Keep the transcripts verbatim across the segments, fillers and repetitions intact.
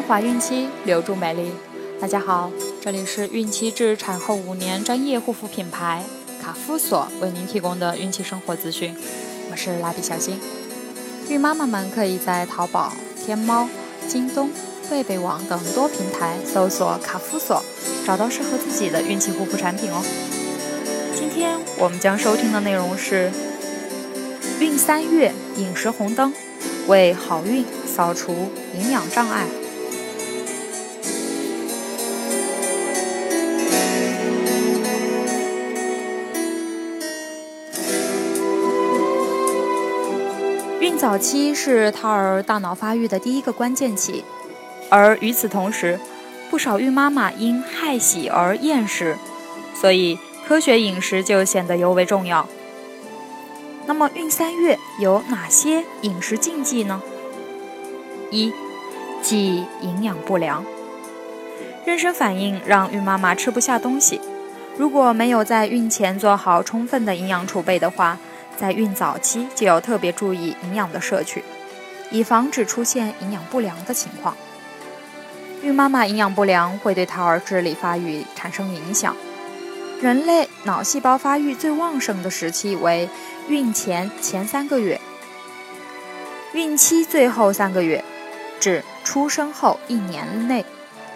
怀孕期留住美丽。大家好，这里是孕期至产后五年专业护肤品牌卡夫索为您提供的孕期生活资讯，我是蜡笔小新。孕妈妈们可以在淘宝、天猫、京东、贝贝网等多平台搜索卡夫索，找到适合自己的孕期护肤产品哦。今天我们将收听的内容是孕三月饮食红灯，为好孕扫除营养障碍。孕早期是胎儿大脑发育的第一个关键期，而与此同时，不少孕妈妈因害喜而厌食，所以科学饮食就显得尤为重要。那么孕三月有哪些饮食禁忌呢？一、忌营养不良。妊娠反应让孕妈妈吃不下东西，如果没有在孕前做好充分的营养储备的话，在孕早期就要特别注意营养的摄取，以防止出现营养不良的情况。孕妈妈营养不良会对胎儿智力发育产生影响。人类脑细胞发育最旺盛的时期为孕前前三个月，孕期最后三个月至出生后一年内。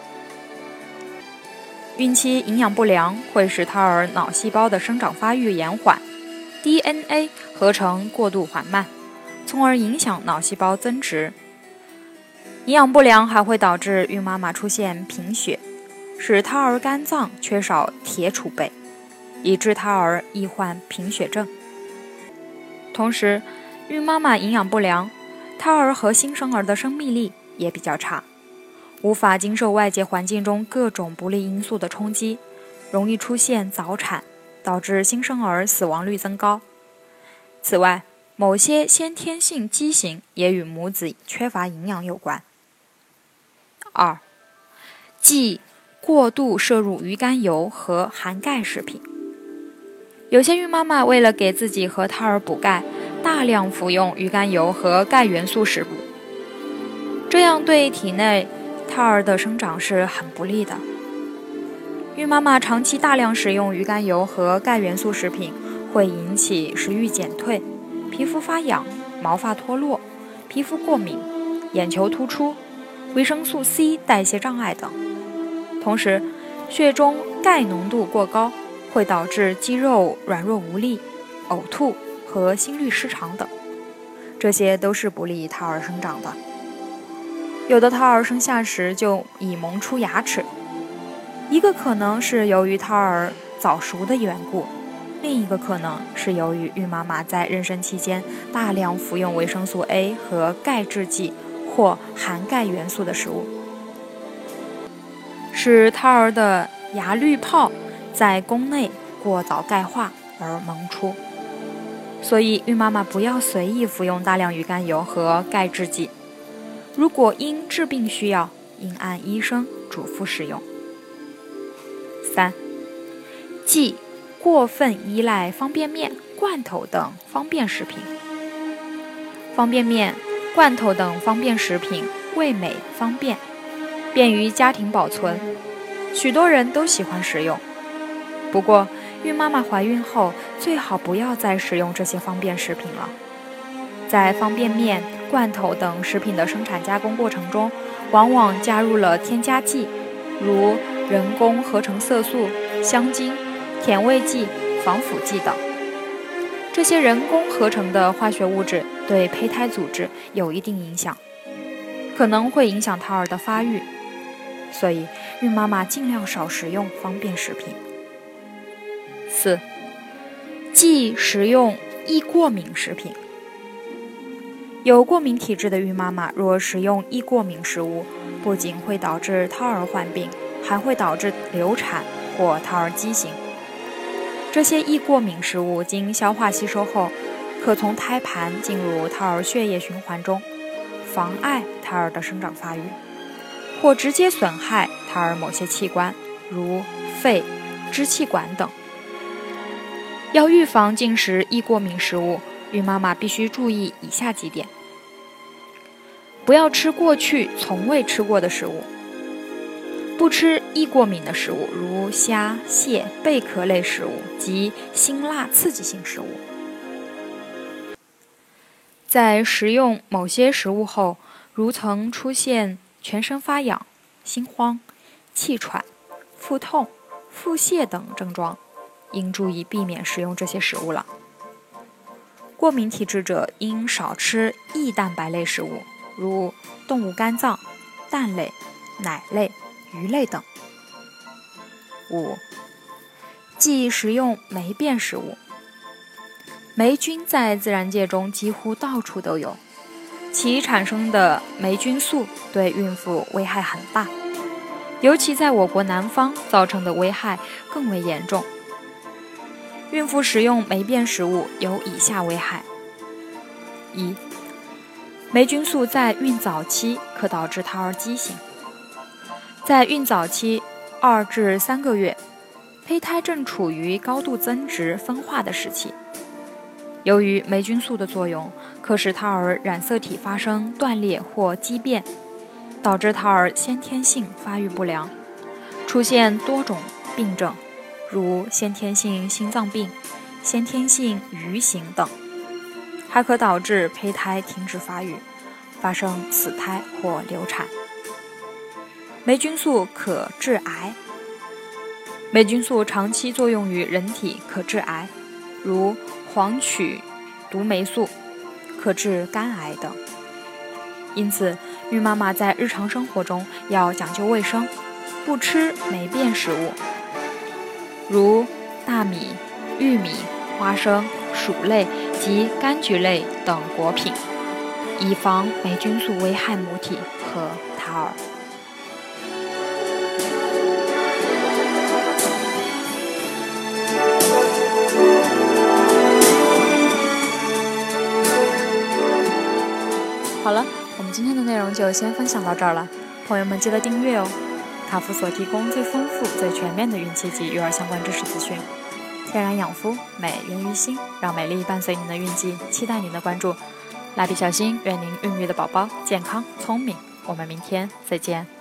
孕期营养不良会使胎儿脑细胞的生长发育延缓， D N A 合成过度缓慢，从而影响脑细胞增殖。营养不良还会导致孕妈妈出现贫血，使胎儿肝脏缺少铁储备，以致胎儿易患贫血症。同时，孕妈妈营养不良，胎儿和新生儿的生命力也比较差，无法经受外界环境中各种不利因素的冲击，容易出现早产，导致新生儿死亡率增高。此外，某些先天性畸形也与母子缺乏营养有关。二、忌过度摄入鱼肝油和含钙食品。有些孕妈妈为了给自己和胎儿补钙，大量服用鱼肝油和钙元素食补，这样对体内胎儿的生长是很不利的。孕妈妈长期大量食用鱼肝油和钙元素食品，会引起食欲减退、皮肤发痒、毛发脱落、皮肤过敏、眼球突出、维生素 C 代谢障碍等。同时，血中钙浓度过高，会导致肌肉软弱无力、呕吐和心律失常等，这些都是不利于胎儿生长的。有的胎儿生下时就已萌出牙齿，一个可能是由于胎儿早熟的缘故，另一个可能是由于孕妈妈在妊娠期间大量服用维生素 A 和钙制剂或含钙元素的食物，使胎儿的牙滤泡在宫内过早钙化而萌出。所以孕妈妈不要随意服用大量鱼肝油和钙制剂，如果因治病需要，应按医生嘱咐使用。三、忌过分依赖方便面、罐头等方便食品。方便面、罐头等方便食品味美方便，便于家庭保存，许多人都喜欢食用。不过，孕妈妈怀孕后最好不要再食用这些方便食品了。在方便面、罐头等食品的生产加工过程中，往往加入了添加剂，如人工合成色素、香精、甜味剂、防腐剂等。这些人工合成的化学物质对胚胎组织有一定影响，可能会影响胎儿的发育，所以孕妈妈尽量少食用方便食品。四、忌食用易过敏食品。有过敏体质的孕妈妈若食用易过敏食物，不仅会导致胎儿患病，还会导致流产或胎儿畸形。这些易过敏食物经消化吸收后，可从胎盘进入胎儿血液循环中，妨碍胎儿的生长发育，或直接损害胎儿某些器官，如肺、支气管等。要预防进食易过敏食物，孕妈妈必须注意以下几点： 不要吃过去从未吃过的食物。不吃易过敏的食物，如虾、蟹、贝壳类食物及辛辣刺激性食物。在食用某些食物后，如曾出现全身发痒、心慌、气喘、腹痛、腹泻等症状，应注意避免食用这些食物了。过敏体质者应少吃易蛋白类食物，如动物肝脏、蛋类、奶类、鱼类等。五、忌食用霉变食物。霉菌在自然界中几乎到处都有，其产生的霉菌素对孕妇危害很大，尤其在我国南方造成的危害更为严重。孕妇食用霉变食物有以下危害：一、霉菌素在孕早期可导致胎儿畸形。在孕早期二至三个月，胚胎正处于高度增殖分化的时期，由于霉菌素的作用，可使胎儿染色体发生断裂或畸变，导致胎儿先天性发育不良，出现多种病症，如先天性心脏病、先天性愚形等，还可导致胚胎停止发育，发生死胎或流产。霉菌素可致癌。霉菌素长期作用于人体可致癌，如黄曲毒霉素，可致肝癌等。因此，孕妈妈在日常生活中要讲究卫生，不吃霉变食物，如大米、玉米、花生、薯类及柑橘类等果品，以防霉菌素危害母体和胎儿。好了，我们今天的内容就先分享到这儿了，朋友们记得订阅哦。卡夫所提供最丰富、最全面的孕期及育儿相关知识资讯，天然养肤，美源于心，让美丽伴随您的孕期，期待您的关注。蜡笔小新，愿您孕育的宝宝健康聪明。我们明天再见。